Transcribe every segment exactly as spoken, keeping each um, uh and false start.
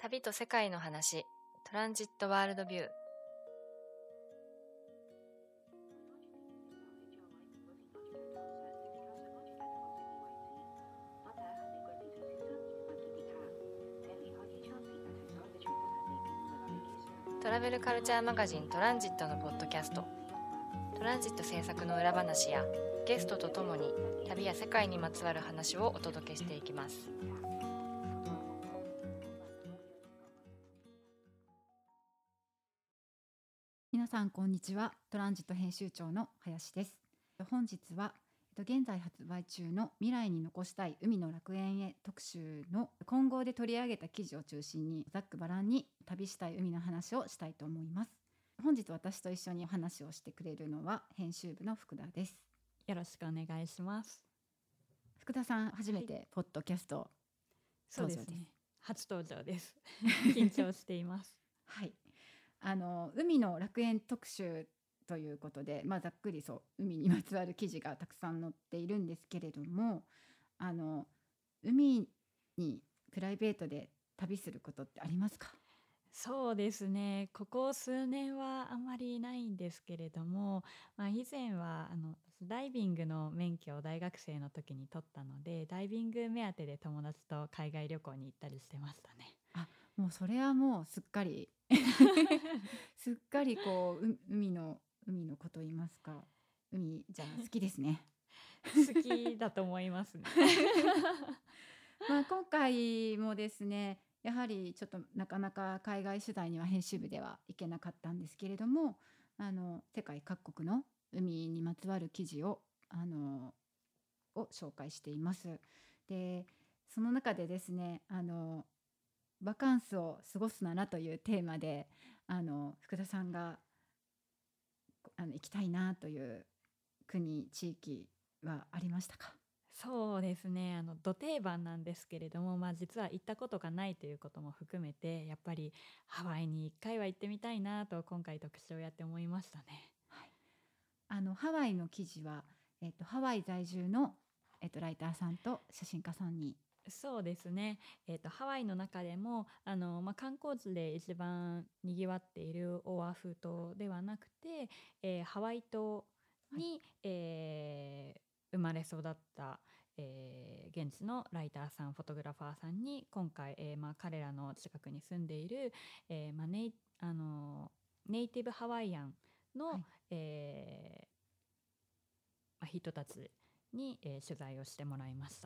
旅と世界の話、トランジットワールドビュー。トラベルカルチャーマガジントランジットのポッドキャスト。トランジット制作の裏話やゲストとともに旅や世界にまつわる話をお届けしていきます。 皆さんこんにちは。トランジット編集長の林です。本日は現在発売中の未来に残したい海の楽園へ特集の混合で取り上げた記事を中心にざっくばらんに旅したい海の話をしたいと思います。本日私と一緒に話をしてくれるのは編集部の福田です。 よろしくお願いします。 福田さん、初めてポッドキャスト登場です。 そうですね、初登場です緊張していますはい、あの海の楽園特集ということで、まあ、ざっくりそう海にまつわる記事がたくさん載っているんですけれども、あの海にプライベートで旅することってありますか？ そうですね、ここ数年はあまりないんですけれども、まあ、以前はあのダイビングの免許を大学生の時に取ったので、ダイビング目当てで友達と海外旅行に行ったりしてましたね。 あ、もうそれはもうすっかりすっかりこうう海の海のこと言いますか、海じゃあ好きですね好きだと思いますねまあ今回もですね、やはりちょっとなかなか海外取材には編集部では行けなかったんですけれども、あの世界各国の海にまつわる記事をあのを紹介しています。で、その中でですね、あのバカンスを過ごすならというテーマで、あの福田さんがあの行きたいなという国地域はありましたか？ そうですね、あのど定番なんですけれども、まあ、実は行ったことがないということも含めて、やっぱりハワイにいっかいは行ってみたいなと今回特集をやって思いましたね。 はい、あのハワイの記事は、えっと、ハワイ在住の、えっと、ライターさんと写真家さんに。 そうですね、えー、とハワイの中でもあの、まあ、観光地で一番にぎわっているオアフ島ではなくて、えーハワイ島に、 はい、 えー生まれ育った、えー現地のライターさんフォトグラファーさんに今回、えーまあ、彼らの近くに住んでいる、えーまあ、ネイ、あのネイティブハワイアンの、 はい、 えーまあ、人たちに、えー取材をしてもらいました。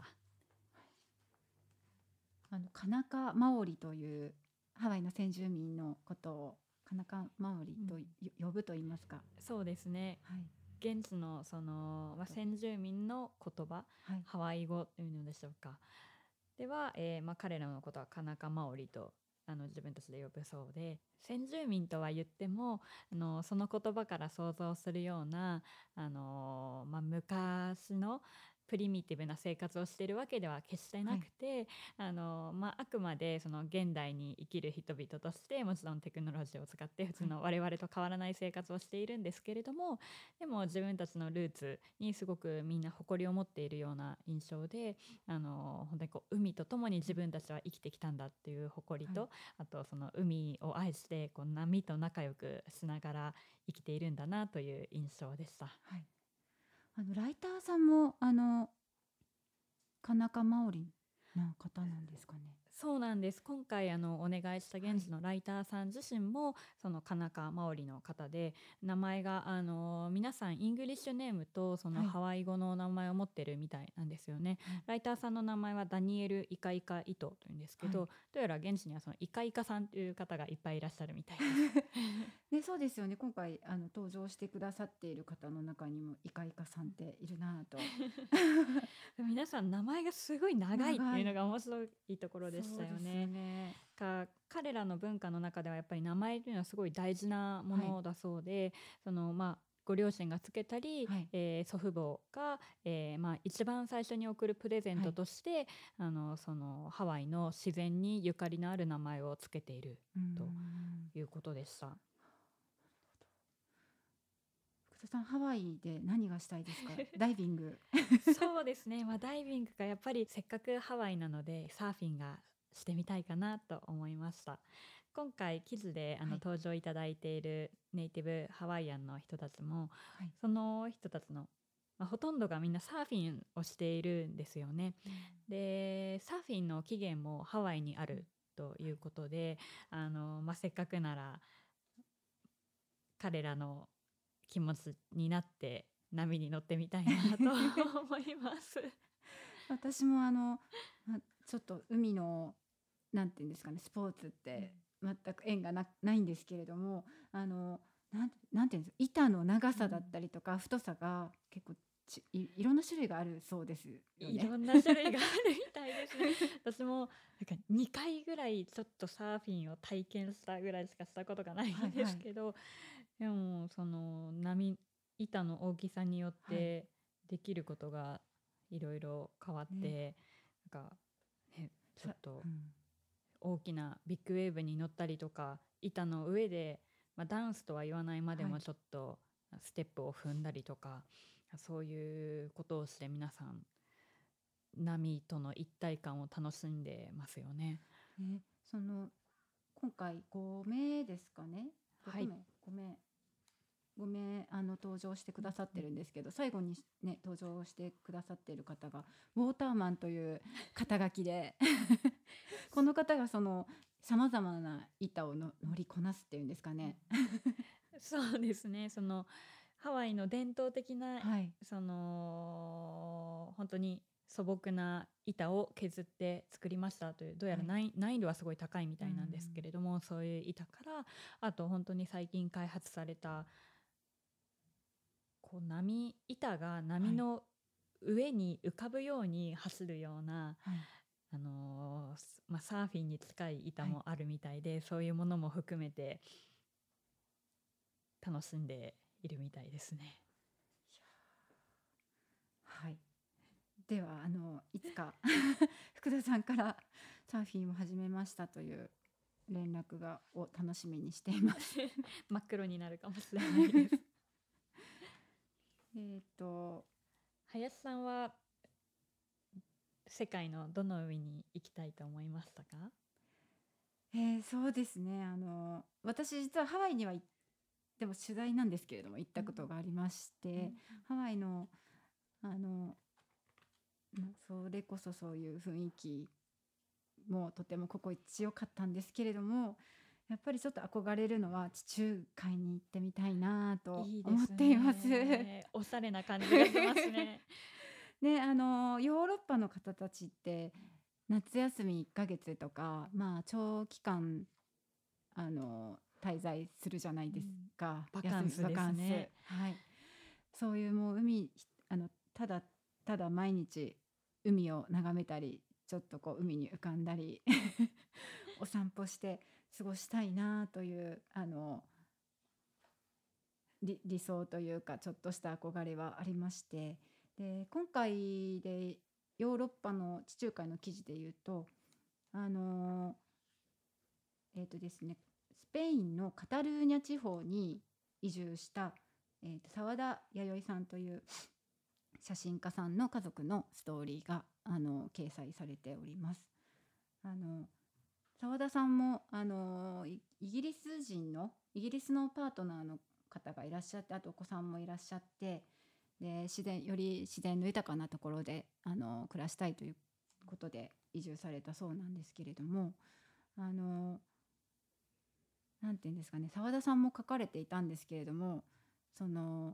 あのカナカマオリというハワイの先住民のことをカナカマオリと、 うん呼ぶと言いますか。 そうですね、 はい、 現地のその、まあ、先住民の言葉、 はい、 ハワイ語というのでしょうか。では、えーまあ、彼らのことはカナカマオリとあの自分たちで呼ぶそうで、先住民とは言ってもあのその言葉から想像するようなあの、まあ、昔のプリミティブな生活をしているわけでは決してなくて、あのまあ、あくまでその現代に生きる人々としてもちろんテクノロジーを使って普通の我々と変わらない生活をしているんですけれども、でも自分たちのルーツにすごくみんな誇りを持っているような印象で、あの本当にこう海とともに自分たちは生きてきたんだっていう誇りと、 はい、 あとその海を愛してこう波と仲良くしながら生きているんだなという印象でした。 はい、あのライターさんもあのカナカマオリな方なんですかね？ そうなんです。今回あのお願いした現地のライターさん自身もそのカナカマオリの方で、名前があの皆さんイングリッシュネームとそのはい、 ハワイ語の名前を持ってるみたいなんですよね。 はい、 ライターさんの名前はダニエル・イカイカ・イトというんですけど、 はいどうやら現地にはそのイカイカさんという方がいっぱいいらっしゃるみたいですね、そうですよね。今回あの登場してくださっている方の中にもイカイカさんっているなぁと皆さん名前がすごい長いって長い。 いうのが面白いところでしたよそうですね。 ね。 か彼らの文化の中ではやっぱり名前というのはすごい大事なもはい、 のだそうで、そのまあご両親がつけたり、 はい、 えー祖父母が、えーまあ、一番最初に送るプレゼントはい、 として、あのそのハワイの自然にゆかりのある名前をつけているうーとん。 いうことでした。 福田さん、ハワイで何がしたいですか？ダイビング。 そうですね、まあ、ダイビングがやっぱりせっかくハワイなのでサーフィンがしてみたいかなと思いました。今回記事であの、 はい登場いただいているネイティブハワイアンの人たちも、 はいその人たちの、まあ、ほとんどがみんなサーフィンをしているんですよね。でサーフィンの起源もハワイにあるということで、あの、まあ、せっかくなら彼らの気持ちになって波に乗ってみたいなと思います。 私もあの、ま、ちょっと海のなんていうんですかね、スポーツって全く縁がなないんですけれども、あのなんなんていうんですか、板の長さだったりとか、太さが結構ちいいろんな種類があるそうですよいね。 ろんな種類があるみたいですね。私もなんかにかいぐらいちょっとサーフィンを体験したぐらいしかしたことがないんですけど、でもその波板の大きさによっはいてできることがいろいろ変わって、 ねなんか、ね、ちょっとうん大きなビッグウェーブに乗ったりとか板の上で、まあ、ダンスとは言わないまではいもちょっとステップを踏んだりとか、そういうことをして皆さん波との一体感を楽しんでますよね。 ね、その今回ごめいですかね。 はいろくめいごめいごめいあの登場してくださってるんですけど、最後にね登場してくださっている方がウォーターマンという肩書きでこの方がそのさまざまな板をの乗りこなすっていうんですかね。 そうですね。そのハワイの伝統的な、 はいその本当に素朴な板を削って作りましたという、どうやらはい難,、難易度はすごい高いみたいなんですけれども、そういう板からあと本当に最近開発されたこう波板が波の上に浮かぶように走るような、 はいあのーすまあ、サーフィンに近い板もあるみたいで、そういうものも含めて楽しんでいるみたいですね。 はい。ではあのいつか福田さんからサーフィンを始めましたという連絡がを楽しみにしています。 真っ黒になるかもしれないです。 えっと林さんは世界のどの海に行きたいと思いましたか？ えーそうですね。あの私実はハワイには行でも取材なんですけれども行ったことがありまして、ハワイのあのなそれこそそういう雰囲気もとても心地よかったんですけれども、やっぱりちょっと憧れるのは地中海に行ってみたいなといいです思っています。 ね。おしゃれな感じがしますね。 ね、あのヨーロッパの方たちって夏休みいっかげつとか、まあ、長期間あの滞在するじゃないですか、 うんバカンス休みバカンスですねはい、そういうもう海あのただただ毎日海を眺めたりちょっとこう海に浮かんだりお散歩して過ごしたいなというあの理理想というかちょっとした憧れはありまして、で今回でヨーロッパの地中海の記事で言うとあのえっ、とですねスペインのカタルーニャ地方に移住した、えーと澤田弥生さんという写真家さんの家族のストーリーがあの掲載されております。あの澤田さんもあのイイギリス人のイギリスのパートナーの方がいらっしゃって、あとお子さんもいらっしゃって、で自然より自然の豊かなところであの暮らしたいということで移住されたそうなんですけれども、あのなんていうんですかね、澤田さんも書かれていたんですけれども、その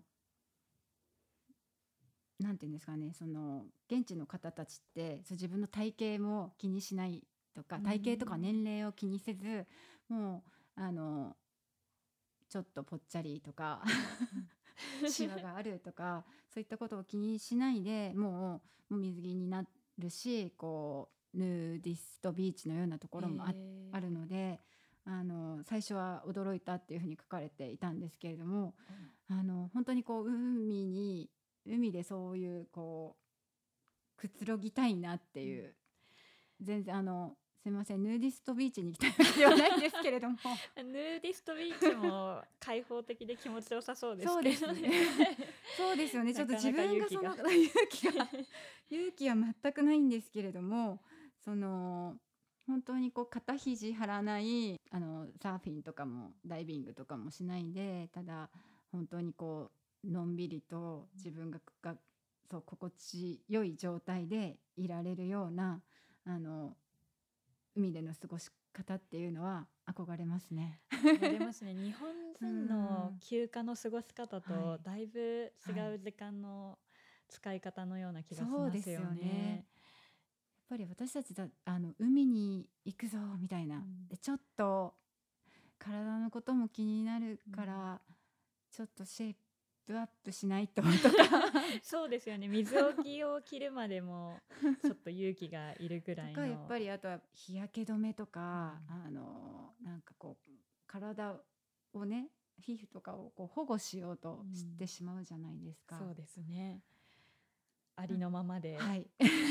なんていうんですかね、その現地の方たちってそう自分の体型も気にしないとか、体型とか年齢を気にせず、もうあのちょっとぽっちゃりとかシワがあるとかそういったことを気にしないで、もうもう水着になるし、こうヌーディストビーチのようなところもあ,、 へーあるので、あの最初は驚いたっていうふうに書かれていたんですけれども、あの本当にこう海に海でそういうこうくつろぎたいなっていう、全然あのすみませんヌーディストビーチに行きたいわけではないんですけれどもヌーディストビーチも開放的で気持ちよさそうですそうけどね。 ですねそうですよね。ちょっと自なかなか分がその勇気が勇気は全くないんですけれども、その本当にこう肩肘張らないあのサーフィンとかもダイビングとかもしないで、ただ本当にこうのんびりと自分ががそう心地よい状態でいられるようなあの海での過ごし方っていうのは憧れますね。 ありますね。日本人の休暇の過ごし方はといだいぶ違う時間の使い方のような気がしますよね。 そうですよね。やっぱり私たちだあの海に行くぞみたいな、 うんでちょっと体のことも気になるから、ちょっとシェイプアップしないととかそうですよね。水置きを着るまでもちょっと勇気がいるぐらいの。 とかやっぱりあとは日焼け止めとか、 うんあのなんかこう体をね皮膚とかをこう保護しようとしてしまうじゃないですか。 そうですね。ありのままで。 はい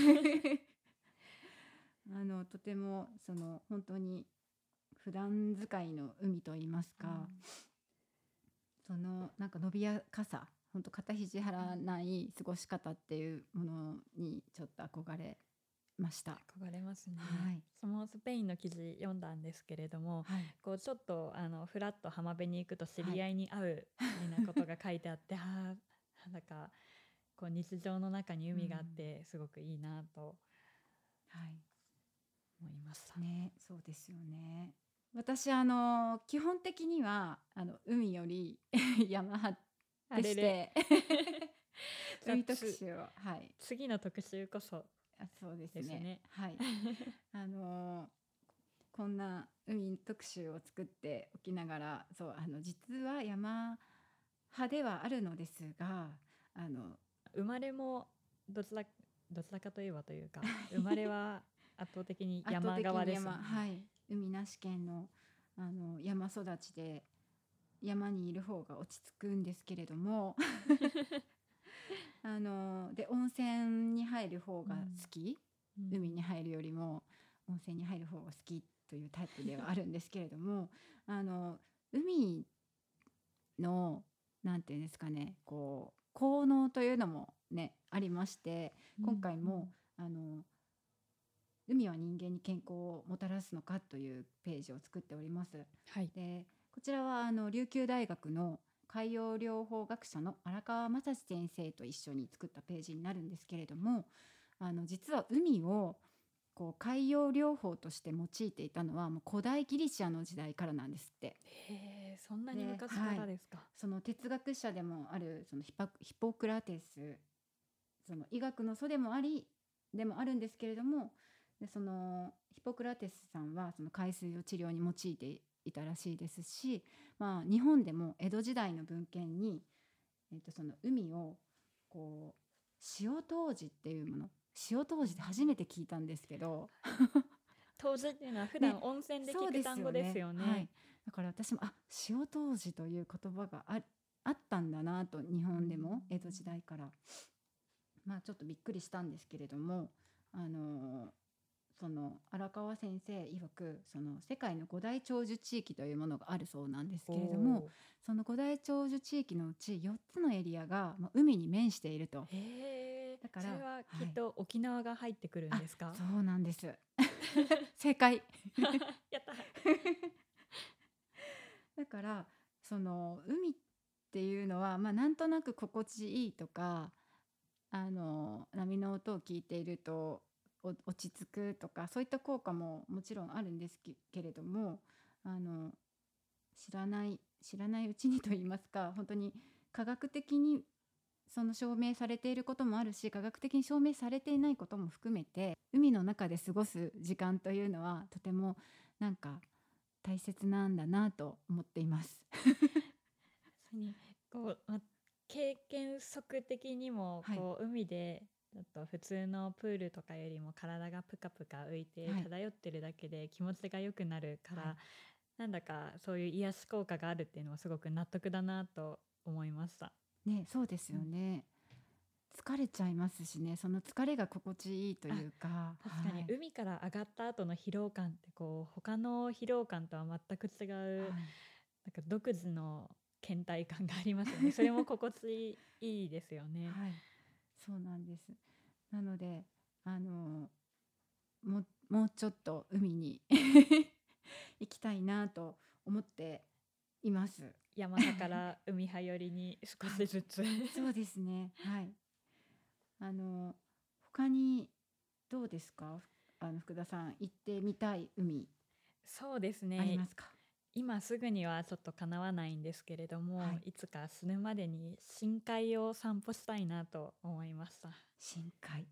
あのとてもその本当に普段使いの海といいますか、 うんそのなんか伸びやかさ、本当肩肘張らない過ごし方っていうものにちょっと憧れました。 憧れますね。 はいそのスペインの記事読んだんですけれども、 はいこうちょっとあのフラッと浜辺に行くと知り合いに会うみたいなことが書いてあって、はあ、なんだかこう日常の中に海があってすごくいいなとはい思いました。 ね、そうですよね。私あの基本的にはあの海より山派でしあれれてじゃあ海特つ集をはい次の特集こそあそうですねですね。 はいあのこんな海特集を作っておきながら、そうあの実は山派ではあるのですが、あの生まれもどちらどちらかといえばというか生まれは圧倒的に山側ですよね。 圧倒的に山はい、海なし県のあの山育ちで山にいる方が落ち着くんですけれどもあので温泉に入る方が好き、 うん海に入るよりも温泉に入る方が好きというタイプではあるんですけれどもあの海のなんていうんですかね、こう効能というのもねありまして、今回も、あの海は人間に健康をもたらすのかというページを作っております。 はいでこちらはあの琉球大学の海洋療法学者の荒川正史先生と一緒に作ったページになるんですけれども、あの実は海をこう海洋療法として用いていたのはもう古代ギリシャの時代からなんですって。 へえ、そんなにで昔からですか。 その哲学者でもあるそのヒパヒポクラテス、その医学の祖でもありでもあるんですけれども、でそのヒポクラテスさんはその海水を治療に用いていたらしいですし、まあ、日本でも江戸時代の文献に、えー、とその海をこう塩湯治っていうもの、塩湯治って初めて聞いたんですけど湯治っていうのは普段温泉で聞く単語ですよね。 はい、だから私もあ塩湯治という言葉が あ, あったんだなと、日本でも江戸時代から、まあちょっとびっくりしたんですけれども、あのその荒川先生曰くその世界の五大長寿地域というものがあるそうなんですけれども、その五大長寿地域のうちよっつのエリアがまあ海に面していると。 へえ。 だからそれはきっと沖縄が入ってくるんですか。 あそうなんです正解やった。 だからその海っていうのは、まあ、なんとなく心地いいとか、あの波の音を聞いているとお落ち着くとか、そういった効果ももちろんあるんですけけれども、あの知らない知らないうちにといいますか、本当に科学的にその証明されていることもあるし、科学的に証明されていないことも含めて、海の中で過ごす時間というのはとてもなんか大切なんだなと思っていますそれにこう、ま、経験則的にもはいこう、海でちょっと普通のプールとかよりも体がプカプカ浮いてはい漂ってるだけで気持ちが良くなるから、 はいなんだかそういう癒し効果があるっていうのはすごく納得だなと思いました。 ね、そうですよね、疲れちゃいますしね、その疲れが心地いいというか、 確かにはい海から上がった後の疲労感ってこう他の疲労感とは全く違う、 はいなんか独自の倦怠感がありますよね。それも心地いいですよね。 はい、そうなんです。なのであのももうちょっと海に行きたいなと思っています。 山派から海派寄りに少しずつそうですね。はい。あの他にどうですか？あの福田さん、行ってみたい海そうですありね。 ますか？ 今すぐにはちょっと叶わないんですけれども、 はい。 いつか死ぬまでに深海を散歩したいなと思いました。 深海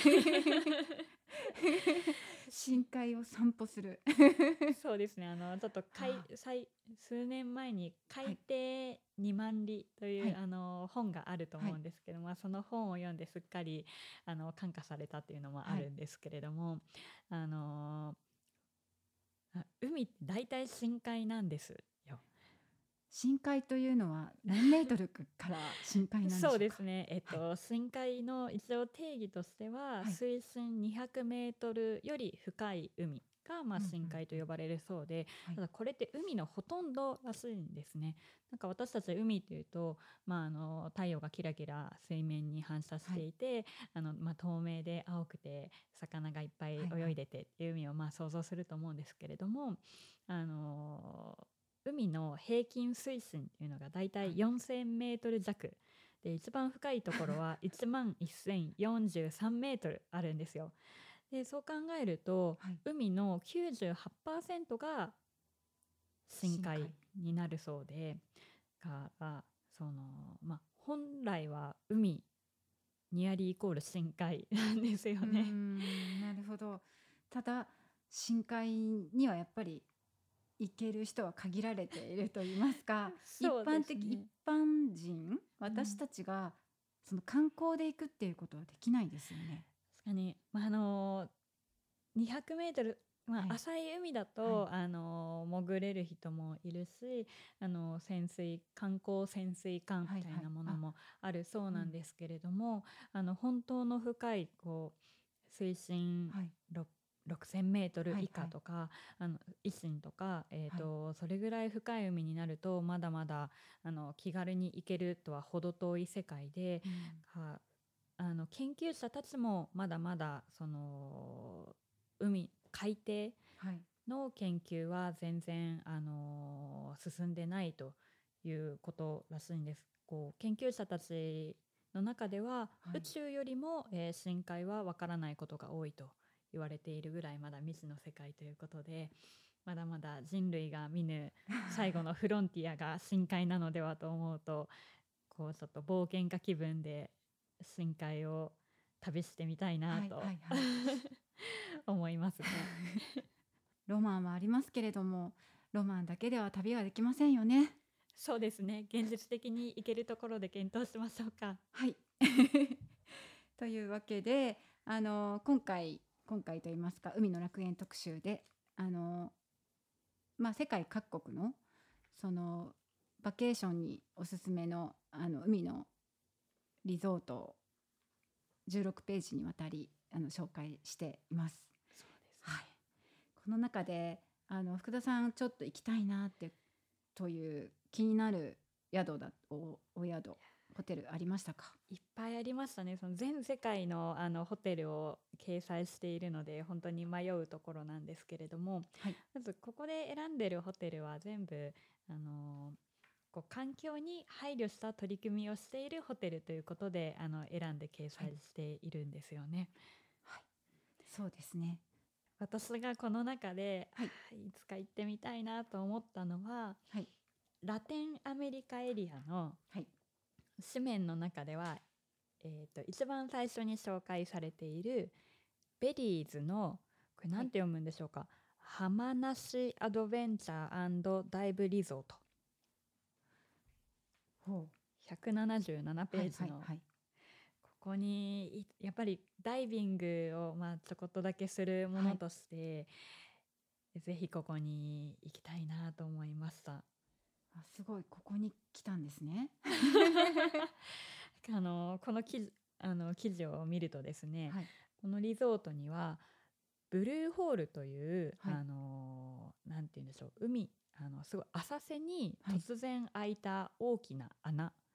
深海を散歩するそうですね。あのちょっと海は最数年前にあ、は海い底にまん里という、 はいあの本があるとはい思うんですけども、その本を読んですっかりあの感化されたっていうのもあはい。 るんですけれども、あのあ海って大体深海なんですよ。 深海というのは何メートルから深海なんでそうしょうか？ ですね。えっはいと、深海の一応定義としては、 はい。 水深にひゃくメートルより深い海が、まあ、 うんうん深海とうん。 呼ばれるそうで、 はいただこれって海のほとんどらしいんですね。なんか私たち海っていうと、まあ、あの太陽がキラキラ水面に反射しはいていて、あの、まあ、透明で青くて魚がいっぱいはいはい泳いでてっていう海をまあ想像すると思うんですけれども、あの海の平均水深っていうのがだいたいはい。 よんせんメートル弱で、一番深いところはいちまんせんよんじゅうさんメートルあるんですよ。で、そう考えるとはい。 海のきゅうじゅうはちパーセントが深海深海。 になるそうで、がそのまあ本来は海ニアリーイコール深海なんですようーね。 ん、なるほど。ただ深海にはやっぱり行ける人は限られていると言いますか、一そうで般的一すね。 般人、私うん、 たちがその観光で行くっていうことはできないですよね。 確かに、まあ、あのにひゃくメートル、まあ、 はい浅い海だはい。 と、あの潜れる人もいるし、あの潜水観光潜水艦みたいはいはい。あ、 なものもあるそううん。 なんですけれども、あの本当の深いこう水深はいろろくせんメートル以はいはい下とか、あの維新とか、えーはい。 とそれぐらい深い海になるとまだまだあの気軽に行けるとは程遠い世界で、 うん。 かあの研究者たちもまだまだその海海底はい。 の研究は全然、あのー進んでないということらしいんです。こう研究者たちの中でははい。 宇宙よりも、えー深海はわからないことが多いと言われているぐらいまだ未知の世界ということで、まだまだ人類が見ぬ最後のフロンティアが深海なのではと思うと、こうちょっと冒険家気分で深海を旅してみたいなはいはといはい。 思いますね。 ロマンはありますけれども、ロマンだけでは旅はできませんよね。 そうですね。現実的に行けるところで検討しましょうか。 はい。というわけで、あの今回今回といいますか、海の楽園特集で、あのまあ世界各国のそのバケーションにおすすめのあの海のリゾートをじゅうろくページにわたりあの紹介しています。 そうですはい。 ね。 この中であの福田さんちょっと行きたいなってという気になる宿だおお宿ホテルありましたか？ いっぱいありましたね。その全世界の、あのホテルを掲載しているので本当に迷うところなんですけれども、 はい。 まずここで選んでるホテルは全部、あのこう環境に配慮した取り組みをしているホテルということで、あの選んで掲はい。 載しているんですよね。 はい。そうですね。 私がこの中で、 はい。 あいつか行ってみたいなと思ったのは、 はい。 ラテンアメリカエリアのはい。 紙面の中では、えーと一番最初に紹介されているベリーズの、これはい。 なんて読むんでしょうか、浜なしアドベンチャーダイブリゾート、 ほう。 ひゃくななじゅうななペはいージの、 はいはい。 ここにいやっぱりダイビングをまあちょこっとだけするもはい。 のとして、ぜひここに行きたいなと思いました。 あ、すごいここに来たんですね。 あのこの記事あの記事を見るとですね、 はい。 このリゾートにはブルーホールという、 はい。 あのなんて言うんでしょう、海、あのすごい浅瀬にはい。 突然開いた大きな穴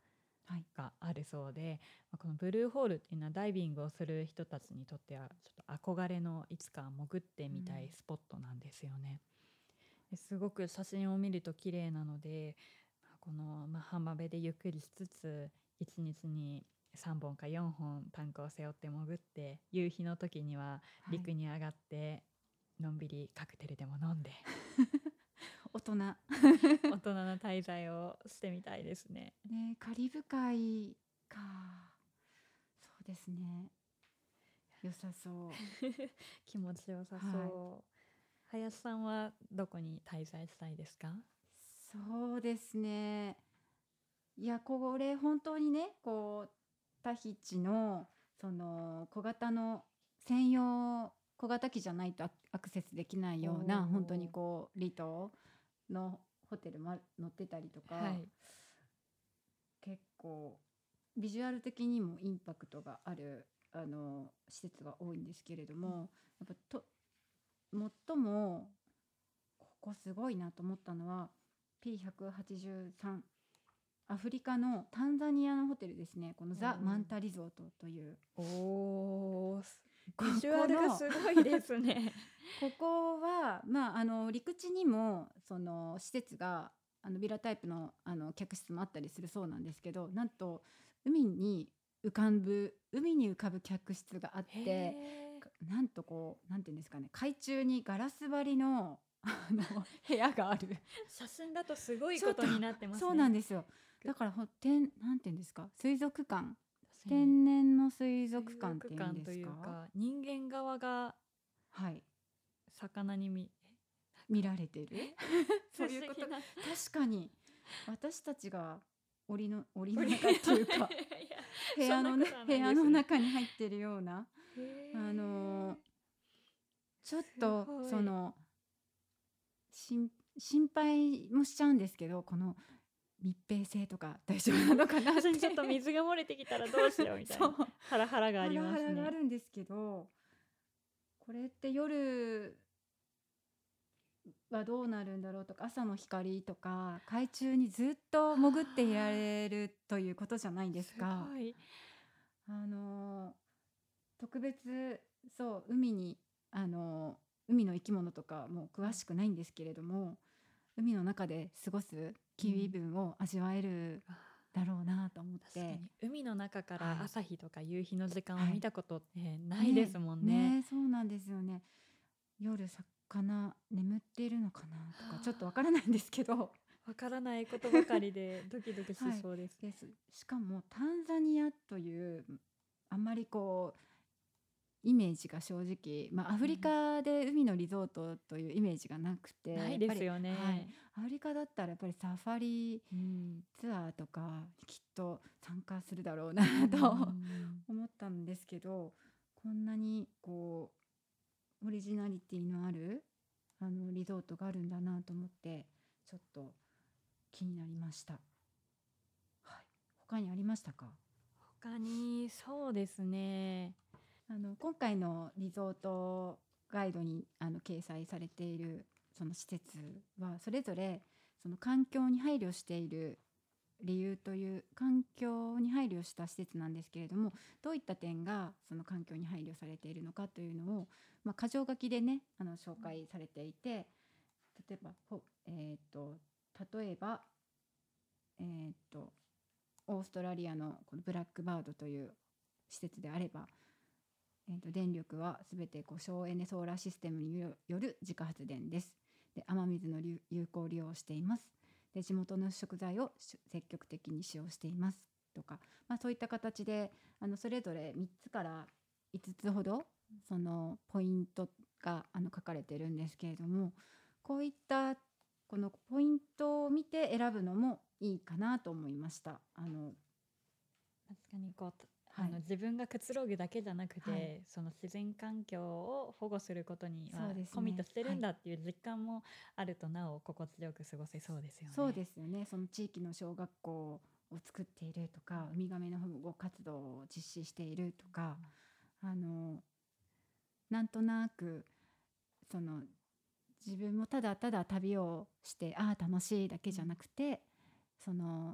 はいがあるそうで、まあこのブルーホールっていうのはダイビングをする人たちにとってはちょっと憧れのいつか潜ってみたいスポットなんですよね。ですごく写真を見ると綺麗なので、まあこの、まあ、浜辺でゆっくりしつついちにちにさんぼんかよんほんタンクを背負って潜って、夕日の時には陸に上がってのんびりカクテルでも飲んで大人大人な滞在をしてみたいですね。 ね、カリブ海か。そうですね。良さそう。 気持ちよさそう、 はい林さんはどこに滞在したいですか？ そうですね。いや、これ本当にね、こうタヒチのその小型の専用小型機じゃないとアアクセスできないような、 おー本当にこう離島のホテルもあ載ってたりとか、 はい結構ビジュアル的にもインパクトがあるあの施設が多いんですけれども、やっぱと最もここすごいなと思ったのは ピーひゃくはちじゅうさん アフリカのタンザニアのホテルですね。このザ・おーマンタリゾートという、 おーこビジュアルがすごいですね。 ここは、まあ、あの陸地にもその施設があのビラタイプの、あの客室もあったりするそうなんですけど、なんと海に浮かぶ海に浮かぶ客室があって、 へーなんとこうなんていうんですかね、海中にガラス張りのあの部屋がある。 写真だとすごいことになってますね。 そうなんですよ。だからほ天なんていうんですか、水族館、 確かに天然の水族館っていうん水族館というですか。 か人間側がはい、 魚に見見られてる。そう不いうこと。 思議な確かに私たちが檻の檻の中っていうか部屋のねそんなことはない部屋のですね中に入ってるような、 へーあのーちょっすとごいその心心配もしちゃうんですけど、この密閉性とか大丈夫なのかなって私にちょっと水が漏れてきたらどうしようみたいなそうハラハラがありますハラハラがあね。 るんですけど、これって夜はどうなるんだろうとか、朝の光とか海中にずっと潜っていられるということじゃないですか。 すごいあの特別そう海にあの海の生き物とかも詳しくないんですけれども、海の中で過ごす気分を味わえるあだろうなと思っ確かて。 に海の中かはいら朝日とか夕日の時間をはい見たことってないですもんね。 ねえそうなんですよね。夜魚眠っているのかなとかちょっとわからないんですけどわからないことばかりでドキドキしはいそうです。 ですしかもタンザニアというあんまりこうイメージが正直、まあ、アフリカで海のリゾートというイメージがなくて、 ないですよね。 やっぱりはい、アフリカだったらやっぱりサファリうんツアーとかきっと参加するだろうなとうん思ったんですけど、こんなにこうオリジナリティのあるあのリゾートがあるんだなと思ってちょっと気になりました。はい、他にありましたか？ 他にそうですね。 あの今回のリゾートガイドにあの掲載されているその施設はそれぞれその環境に配慮している理由という環境に配慮した施設なんですけれども、どういった点がその環境に配慮されているのかというのを、まあ、箇条書きでねあの紹介されていて、例えば、ほえー、と例えば、えー、とオーストラリアのこのブラックバードという施設であれば、えー、と電力はすべてこう省エネソーラーシステムによる自家発電です。で雨水の有有効利用をしています。で地元の食材を積極的に使用していますとか、まあ、そういった形であのそれぞれみっつからいつつほどそのポイントがあの書かれてるんですけれども、こういったこのポイントを見て選ぶのもいいかなと思いました。あの確かにこうはいあの自分がくつろぐだけじゃなくて、 はいその自然環境を保護することにはそうですねコミットしてるんだっていう実感もあるとなお心地よく過ごせそうですよね。 そうですよね。その地域の小学校を作っているとか、ウミガメの保護活動を実施しているとか、あのなんとなくその自分もただただ旅をしてああ楽しいだけじゃなくて、その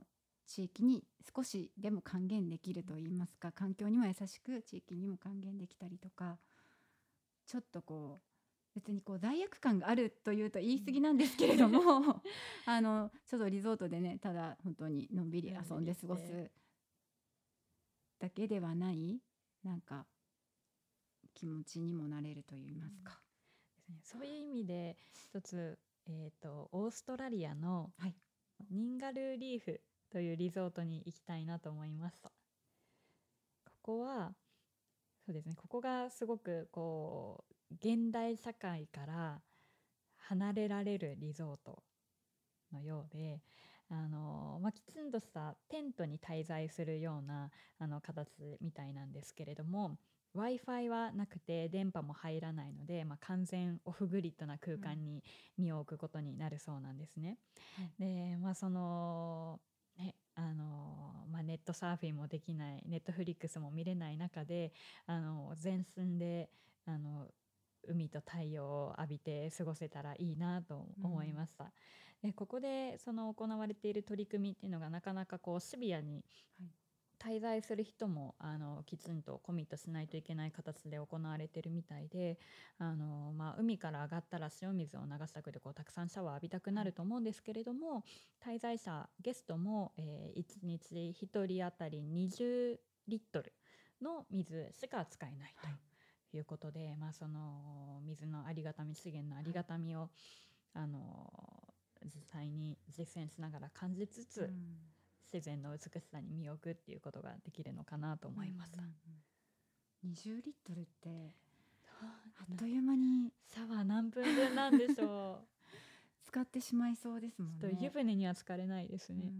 地域に少しでも還元できるといいますか、環境にも優しく地域にも還元できたりとか、ちょっとこう別にこう罪悪感があるというと言い過ぎなんですけれどもあのちょっとリゾートでね、ただ本当にのんびり遊んで過ごすだけではないなんか気持ちにもなれるといいますか、 うん、そういう意味で一つ、えーと、オーストラリアのはいニンガルーリーフというリゾートに行きたいなと思いました。ここはそうですね、ここがすごくこう現代社会から離れられるリゾートのようで、あの、まあ、きちんとしたテントに滞在するようなあの形みたいなんですけれども、 Wi-Fi はなくて電波も入らないので、まあ、完全オフグリッドな空間に身を置くことになるそうなんですね。うん、で、まあそのね、あのまあ、ネットサーフィンもできない、ネットフリックスも見れない中で、あの全身であの海と太陽を浴びて過ごせたらいいなと思いました。うん、でここでその行われている取り組みっていうのがなかなかこうシビアに滞在する人もあのきちんとコミットしないといけない形で行われているみたいで、あの、まあ、海から上がったら塩水を流したくてこうたくさんシャワー浴びたくなると思うんですけれども、滞在者ゲストも、えー、いちにちひとり当たりにじゅうリットルの水しか使えないということで、はい、まあ、その水のありがたみ、資源のありがたみを、はい、あの実際に実践しながら感じつつ、うん、自然の美しさに身を置くっていうことができるのかなと思いました。うんうんうん、にじゅうリットルってあっという間にシャワー何分分なんでしょう使ってしまいそうですもんね。 ちょっと湯船には浸かれないですね。うん、い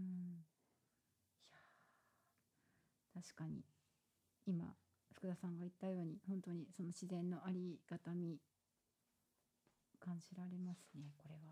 や確かに今福田さんが言ったように本当にその自然のありがたみ感じられますね、これは。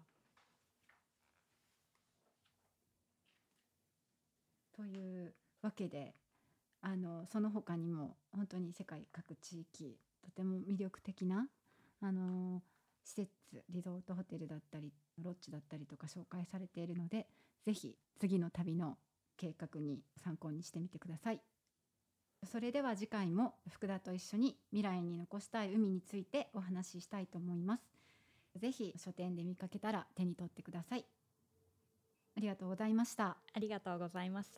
というわけで、あのその他にも本当に世界各地域とても魅力的なあの施設、リゾートホテルだったりロッジだったりとか紹介されているので、ぜひ次の旅の計画に参考にしてみてください。それでは次回も福田と一緒に未来に残したい海についてお話ししたいと思います。ぜひ書店で見かけたら手に取ってください。ありがとうございました。 ありがとうございました。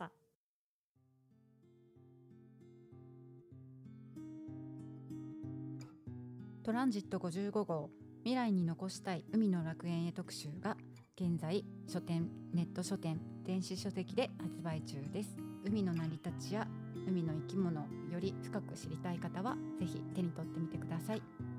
トランジットごじゅうご号未来に残したい海の楽園へ特集が現在書店、ネット書店、電子書籍で発売中です。海の成り立ちや海の生き物をより深く知りたい方はぜひ手に取ってみてください。